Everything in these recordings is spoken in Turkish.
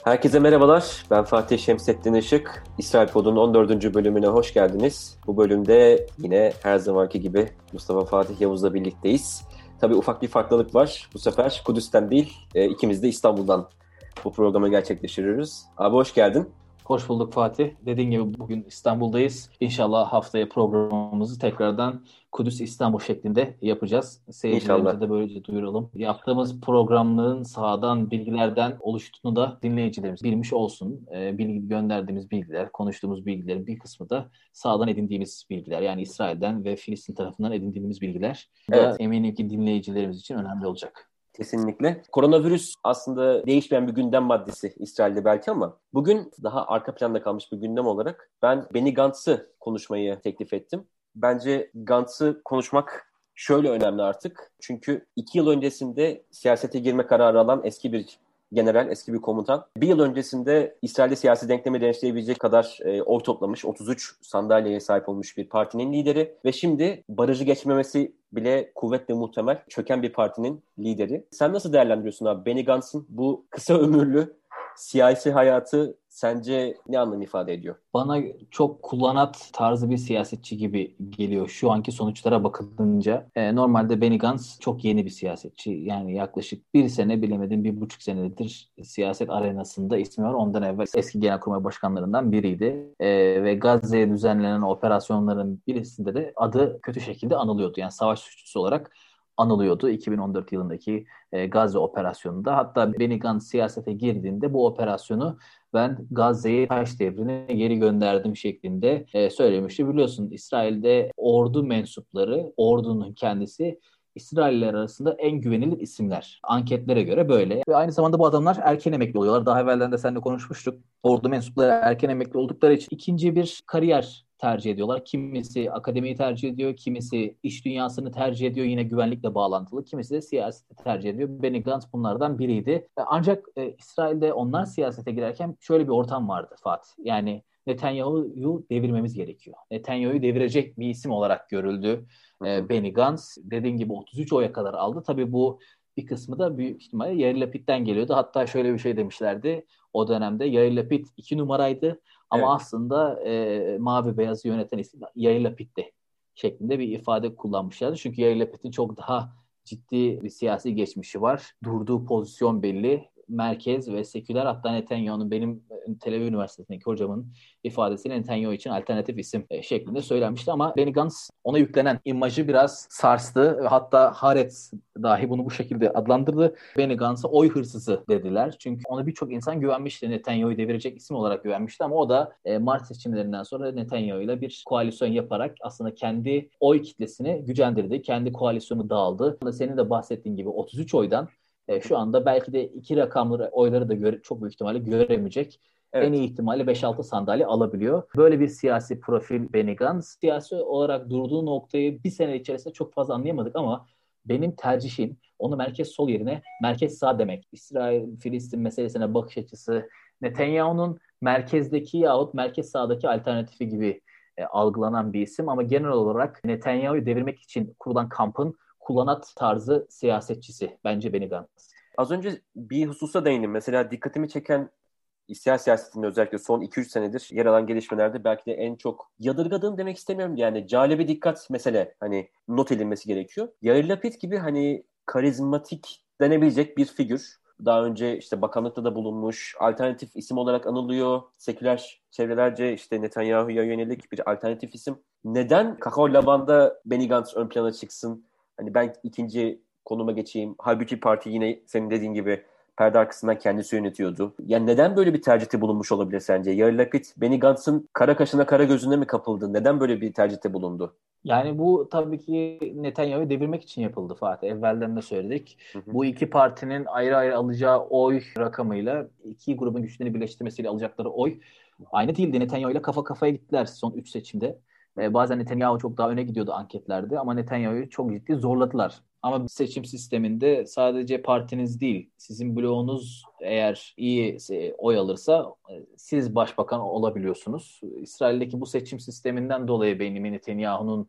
Herkese merhabalar. Ben Fatih Şemsettin Işık. İsrail Pod'un 14. bölümüne hoş geldiniz. Bu bölümde yine her zamanki gibi Mustafa Fatih Yavuz'la birlikteyiz. Tabii ufak bir farklılık var. Bu sefer Kudüs'ten değil, ikimiz de İstanbul'dan bu programı gerçekleştiriyoruz. Abi hoş geldin. Hoş bulduk Fatih. Dediğin gibi bugün İstanbul'dayız. İnşallah haftaya programımızı tekrardan Kudüs İstanbul şeklinde yapacağız. İnşallah. Seyircilerimize de böylece duyuralım. Yaptığımız programların sahadan bilgilerden oluştuğunu da dinleyicilerimiz bilmiş olsun. Bilgi gönderdiğimiz bilgiler, konuştuğumuz bilgilerin bir kısmı da sahadan edindiğimiz bilgiler. Yani İsrail'den ve Filistin tarafından edindiğimiz bilgiler. Bu da Evet, eminim ki dinleyicilerimiz için önemli olacak. kesinlikle. Koronavirüs aslında değişmeyen bir gündem maddesi İsrail'de belki ama bugün daha arka planda kalmış bir gündem olarak ben Benny Gantz'ı konuşmayı teklif ettim. Bence Gantz'ı konuşmak şöyle önemli artık. Çünkü 2 yıl öncesinde siyasete girme kararı alan eski bir general, eski bir komutan. Bir yıl öncesinde İsrail'de siyasi denklemi değiştirebilecek kadar oy toplamış, 33 sandalyeye sahip olmuş bir partinin lideri ve şimdi barajı geçmemesi bile kuvvetle muhtemel çöken bir partinin lideri. Sen nasıl değerlendiriyorsun abi? Benny Gantz'ın bu kısa ömürlü siyasi hayatı sence ne anlam ifade ediyor? Bana çok kullanat tarzı bir siyasetçi gibi geliyor şu anki sonuçlara bakılınca. Normalde Benny Gantz çok yeni bir siyasetçi. Yani yaklaşık bir sene bilemedim 1,5 senedir siyaset arenasında ismi var. Ondan evvel eski Genelkurmay Başkanlarından biriydi. Ve Gazze'ye düzenlenen operasyonların birisinde de adı kötü şekilde anılıyordu. Yani savaş suçlusu olarak anılıyordu 2014 yılındaki Gazze operasyonunda. Hatta Benny Gantz siyasete girdiğinde bu operasyonu ben Gazze'yi taş devrine geri gönderdim şeklinde söylemişti. Biliyorsun İsrail'de ordu mensupları, ordunun kendisi İsrailler arasında en güvenilir isimler. Anketlere göre böyle. Ve aynı zamanda bu adamlar erken emekli oluyorlar. Daha evvelden de seninle konuşmuştuk. Ordu mensupları erken emekli oldukları için ikinci bir kariyer tercih ediyorlar. Kimisi akademiyi tercih ediyor, kimisi iş dünyasını tercih ediyor yine güvenlikle bağlantılı, kimisi de siyaseti tercih ediyor. Benny Gantz bunlardan biriydi. Ancak İsrail'de onlar siyasete girerken şöyle bir ortam vardı Fatih. Yani Netanyahu'yu devirmemiz gerekiyor. Netanyahu'yu devirecek bir isim olarak görüldü. Hı hı. Benny Gantz dediğin gibi 33 oya kadar aldı. Tabii bu bir kısmı da büyük ihtimalle Yair Lapid'den geliyordu. Hatta şöyle bir şey demişlerdi. O dönemde Yair Lapid 2 numaraydı. Ama Evet. aslında mavi beyazı yöneten isim Yair Lapid'di şeklinde bir ifade kullanmışlardı. Çünkü Yair Lapid'in çok daha ciddi bir siyasi geçmişi var. Durduğu pozisyon belli. Merkez ve seküler, hatta Netanyahu'nun benim Tel Aviv Üniversitesi'ndeki hocamın ifadesiyle Netanyahu için alternatif isim şeklinde söylenmişti ama Benny Gantz ona yüklenen imajı biraz sarstı. Hatta Haaretz dahi bunu bu şekilde adlandırdı. Benny Gantz'a oy hırsızı dediler. Çünkü ona birçok insan güvenmişti. Netanyahu'yu devirecek isim olarak güvenmişti ama o da Mart seçimlerinden sonra Netanyahu ile bir koalisyon yaparak aslında kendi oy kitlesini gücendirdi. Kendi koalisyonu dağıldı. Senin de bahsettiğin gibi 33 oydan şu anda belki de iki rakamlı oyları da çok büyük ihtimalle göremeyecek. En Evet. iyi ihtimalle 5-6 sandalye alabiliyor. Böyle bir siyasi profil Benny Gantz. Siyasi olarak durduğu noktayı bir sene içerisinde çok fazla anlayamadık ama benim tercihim onu merkez sol yerine merkez sağ demek. İsrail-Filistin meselesine bakış açısı Netanyahu'nun merkezdeki yahut merkez sağdaki alternatifi gibi algılanan bir isim ama genel olarak Netanyahu'yu devirmek için kurulan kampın kullanat tarzı siyasetçisi bence Benny Gantz. Az önce bir hususa değindim. Mesela dikkatimi çeken İsrail siyasetinde özellikle son 2-3 senedir yer alan gelişmelerde belki de en çok yadırgadığım demek istemiyorum. Yani calibe dikkat mesele hani not edilmesi gerekiyor. Yair Lapid gibi hani karizmatik denebilecek bir figür. Daha önce işte bakanlıkta da bulunmuş, alternatif isim olarak anılıyor. Seküler çevrelerce işte Netanyahu'ya yönelik bir alternatif isim. Neden Kakao Laban'da Benny Gantz ön plana çıksın? Hani ben ikinci konuma geçeyim. Halbuki parti yine senin dediğin gibi perde arkasından kendisi yönetiyordu. Yani neden böyle bir tercihte bulunmuş olabilir sence? Yair Lapid, Benny Gantz'ın kara kaşına kara gözüne mi kapıldı? Neden böyle bir tercihte bulundu? Yani bu tabii ki Netanyahu'yu devirmek için yapıldı Fatih. Evvelden de söyledik. Hı hı. Bu iki partinin ayrı ayrı alacağı oy rakamıyla iki grubun güçlerini birleştirmesiyle alacakları oy aynı değildi. Netanyahu ile kafa kafaya gittiler son 3 seçimde. Hı hı. Bazen Netanyahu çok daha öne gidiyordu anketlerde ama Netanyahu'yu çok ciddi zorladılar. Ama seçim sisteminde sadece partiniz değil, sizin bloğunuz eğer iyi oy alırsa siz başbakan olabiliyorsunuz. İsrail'deki bu seçim sisteminden dolayı Benjamin Netanyahu'nun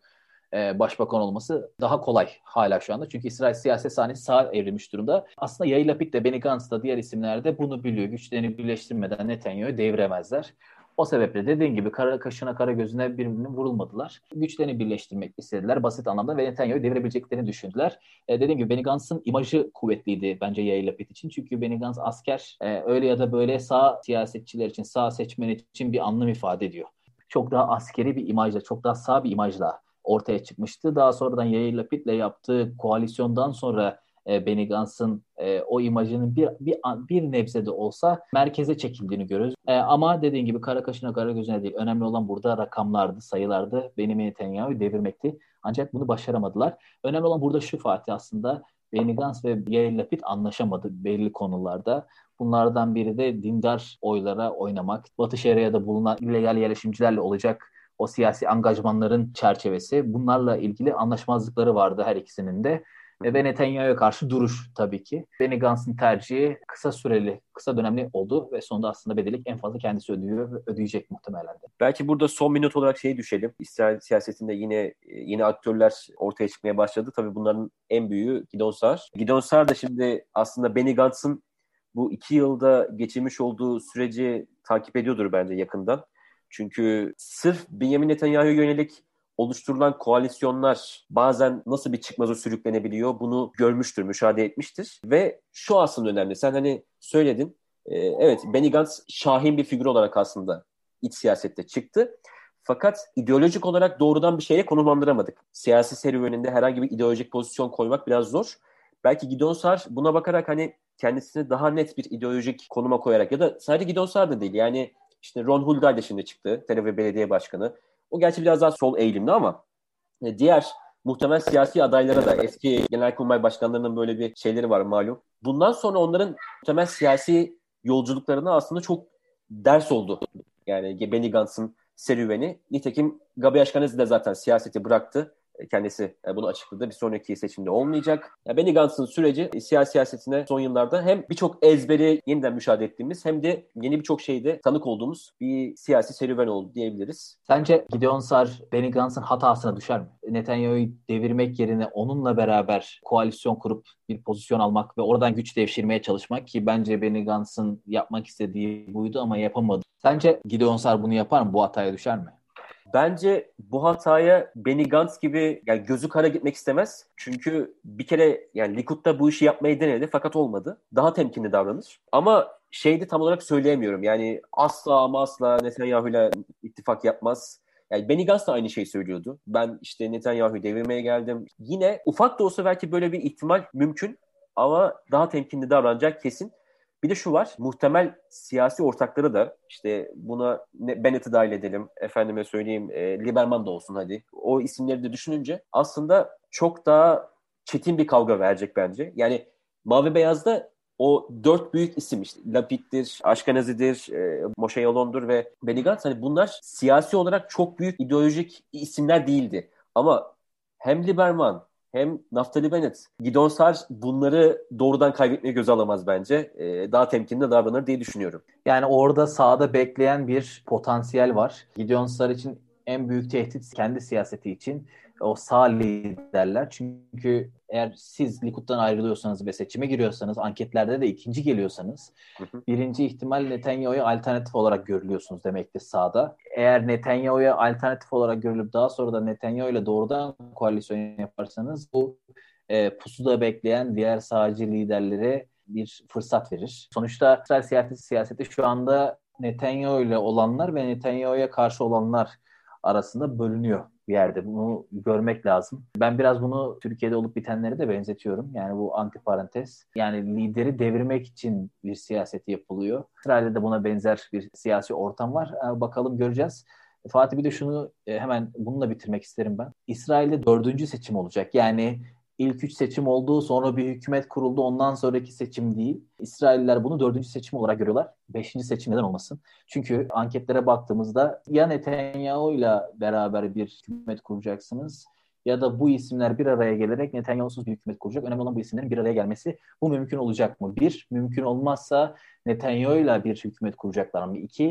başbakan olması daha kolay hala şu anda. Çünkü İsrail siyaset sahnesi sağa evrilmiş durumda. Aslında Yair Lapid de Benny Gantz da diğer isimler de bunu biliyor. Güçlerini birleştirmeden Netanyahu'yu deviremezler. O sebeple dediğin gibi kara kaşına kara gözüne birbirine vurulmadılar. Güçlerini birleştirmek istediler basit anlamda ve Netanyahu'yu devirebileceklerini düşündüler. Dediğim gibi Benny Gantz'ın imajı kuvvetliydi bence Yair Lapid için. Çünkü Benny Gantz asker öyle ya da böyle sağ siyasetçiler için, sağ seçmen için bir anlam ifade ediyor. Çok daha askeri bir imajla, çok daha sağ bir imajla ortaya çıkmıştı. Daha sonradan Yair Lapid'le yaptığı koalisyondan sonra Benny Gantz'ın o imajının bir nebze de olsa merkeze çekildiğini görüyoruz. Ama dediğin gibi kara kaşına kara gözüne değil. Önemli olan burada rakamlardı, sayılardı. Benjamin Netanyahu'yu devirmekti. Ancak bunu başaramadılar. Önemli olan burada şu Fatih aslında. Benny Gantz ve Yair Lapid anlaşamadı belli konularda. Bunlardan biri de dindar oylara oynamak. Batı Şeria'da bulunan illegal yerleşimcilerle olacak o siyasi angajmanların çerçevesi. Bunlarla ilgili anlaşmazlıkları vardı her ikisinin de. Ve Netanyahu'ya karşı duruş tabii ki. Benny Gantz'ın tercihi kısa süreli, kısa dönemli oldu ve sonunda aslında bedeli en fazla kendisi ödüyor ve ödeyecek muhtemelen de. Belki burada son minut olarak düşelim. İsrail siyasetinde yine yeni aktörler ortaya çıkmaya başladı. Tabii bunların en büyüğü Gideon Sa'ar. Gideon Sa'ar da şimdi aslında Benny Gantz'ın bu 2 yılda geçirmiş olduğu süreci takip ediyordur bence yakından. Çünkü sırf Benjamin Netanyahu'ya yönelik oluşturulan koalisyonlar bazen nasıl bir çıkmaza sürüklenebiliyor bunu görmüştür, müşahede etmiştir. Ve şu aslında önemli. Sen hani söyledin. Evet, Benny Gantz şahin bir figür olarak aslında iç siyasette çıktı. Fakat ideolojik olarak doğrudan bir şeye konumlandıramadık. Siyasi serüveninde herhangi bir ideolojik pozisyon koymak biraz zor. Belki Gideon Sa'ar buna bakarak hani kendisini daha net bir ideolojik konuma koyarak ya da sadece Gideon Sa'ar da değil yani işte Ron Hulday da şimdi çıktı. Tel Aviv Belediye Başkanı. O gerçi biraz daha sol eğilimli ama diğer muhtemel siyasi adaylara da eski genelkurmay başkanlarının böyle bir şeyleri var malum. Bundan sonra onların muhtemel siyasi yolculuklarına aslında çok ders oldu. Yani Benny Gantz'ın serüveni. Nitekim Gabi Ashkenazi de zaten siyaseti bıraktı. Kendisi bunu açıkladı. Bir sonraki seçimde olmayacak. Benny Gantz'ın süreci siyasetine son yıllarda hem birçok ezberi yeniden müşahede ettiğimiz hem de yeni birçok şeyde tanık olduğumuz bir siyasi serüven oldu diyebiliriz. Sence Gideon Sa'ar Benny Gantz'ın hatasına düşer mi? Netanyahu'yu devirmek yerine onunla beraber koalisyon kurup bir pozisyon almak ve oradan güç devşirmeye çalışmak ki bence Benny Gantz'ın yapmak istediği buydu ama yapamadı. Sence Gideon Sa'ar bunu yapar mı? Bu hataya düşer mi? Bence bu hataya Benny Gantz gibi yani gözü kara gitmek istemez. Çünkü bir kere yani Likud'da bu işi yapmayı denedi fakat olmadı. Daha temkinli davranır. Ama tam olarak söyleyemiyorum. Yani asla ama asla Netanyahu'yla ittifak yapmaz. Yani Benny Gantz da aynı şeyi söylüyordu. Ben işte Netanyahu'yu devirmeye geldim. Yine ufak da olsa belki böyle bir ihtimal mümkün. Ama daha temkinli davranacak kesin. Bir de şu var, muhtemel siyasi ortakları da işte buna Bennett'i dahil edelim, efendime söyleyeyim Lieberman da olsun hadi. O isimleri de düşününce aslında çok daha çetin bir kavga verecek bence. Yani Mavi Beyaz'da o 4 büyük isim işte Lapid'dir, Ashkenazi'dir, Moshe Yaalon'dur ve Benny Gantz hani bunlar siyasi olarak çok büyük ideolojik isimler değildi. Ama hem Lieberman hem Naftali Bennett, Gideon Sa'ar bunları doğrudan kaybetmeye göze alamaz bence. Daha temkinli davranır diye düşünüyorum. Yani orada sahada bekleyen bir potansiyel var. Gideon Sa'ar için en büyük tehdit kendi siyaseti için o sağ liderler. Çünkü eğer siz Likud'dan ayrılıyorsanız ve seçime giriyorsanız, anketlerde de ikinci geliyorsanız birinci ihtimal Netanyahu'ya alternatif olarak görülüyorsunuz demektir sahada. Eğer Netanyahu'ya alternatif olarak görülüp daha sonra da Netanyahu ile doğrudan koalisyon yaparsanız bu pusuda bekleyen diğer sağcı liderlere bir fırsat verir. Sonuçta İsrail siyaseti şu anda Netanyahu ile olanlar ve Netanyahu'ya karşı olanlar arasında bölünüyor bir yerde. Bunu görmek lazım. Ben biraz bunu Türkiye'de olup bitenlere de benzetiyorum. Yani bu antiparantez. Yani lideri devirmek için bir siyaset yapılıyor. İsrail'de de buna benzer bir siyasi ortam var. Bakalım göreceğiz. Fatih bir de şunu hemen bununla bitirmek isterim ben. İsrail'de 4. seçim olacak. Yani İlk 3 seçim oldu, sonra bir hükümet kuruldu, ondan sonraki seçim değil. İsrailliler bunu 4. seçim olarak görüyorlar. 5. seçim neden olmasın? Çünkü anketlere baktığımızda ya Netanyahu'yla beraber bir hükümet kuracaksınız ya da bu isimler bir araya gelerek Netanyahu'suz bir hükümet kuracak. Önemli olan bu isimlerin bir araya gelmesi. Bu mümkün olacak mı? Bir, mümkün olmazsa Netanyahu'yla bir hükümet kuracaklar mı? İki,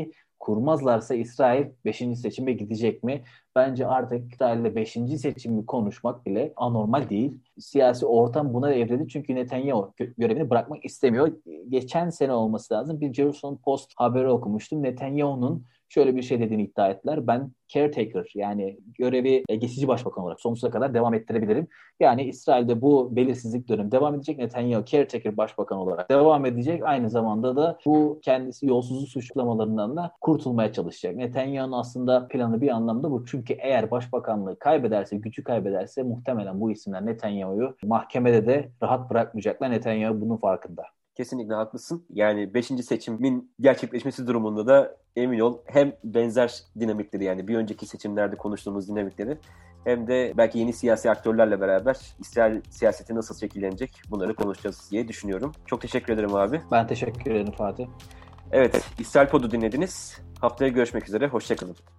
kurmazlarsa İsrail 5. seçime gidecek mi? Bence artık İsrail'de 5. seçimi konuşmak bile anormal değil. Siyasi ortam buna evrildi çünkü Netanyahu görevini bırakmak istemiyor. Geçen sene olması lazım. Bir Jerusalem Post haberi okumuştum. Netanyahu'nun şöyle bir şey dediğini iddia ettiler. Ben caretaker, yani görevi geçici başbakan olarak sonsuza kadar devam ettirebilirim. Yani İsrail'de bu belirsizlik dönemi devam edecek. Netanyahu caretaker başbakan olarak devam edecek. Aynı zamanda da bu kendisi yolsuzluk suçlamalarından da kurtulmaya çalışacak. Netanyahu'nun aslında planı bir anlamda bu. Çünkü eğer başbakanlığı kaybederse, gücü kaybederse muhtemelen bu isimler Netanyahu'yu mahkemede de rahat bırakmayacaklar. Netanyahu bunun farkında. Kesinlikle haklısın. Yani 5. seçimin gerçekleşmesi durumunda da emin ol hem benzer dinamikleri, yani bir önceki seçimlerde konuştuğumuz dinamikleri, hem de belki yeni siyasi aktörlerle beraber İsrail siyaseti nasıl şekillenecek bunları konuşacağız diye düşünüyorum. Çok teşekkür ederim abi. Ben teşekkür ederim Fatih. Evet, İsrail Pod'u dinlediniz. Haftaya görüşmek üzere. Hoşçakalın.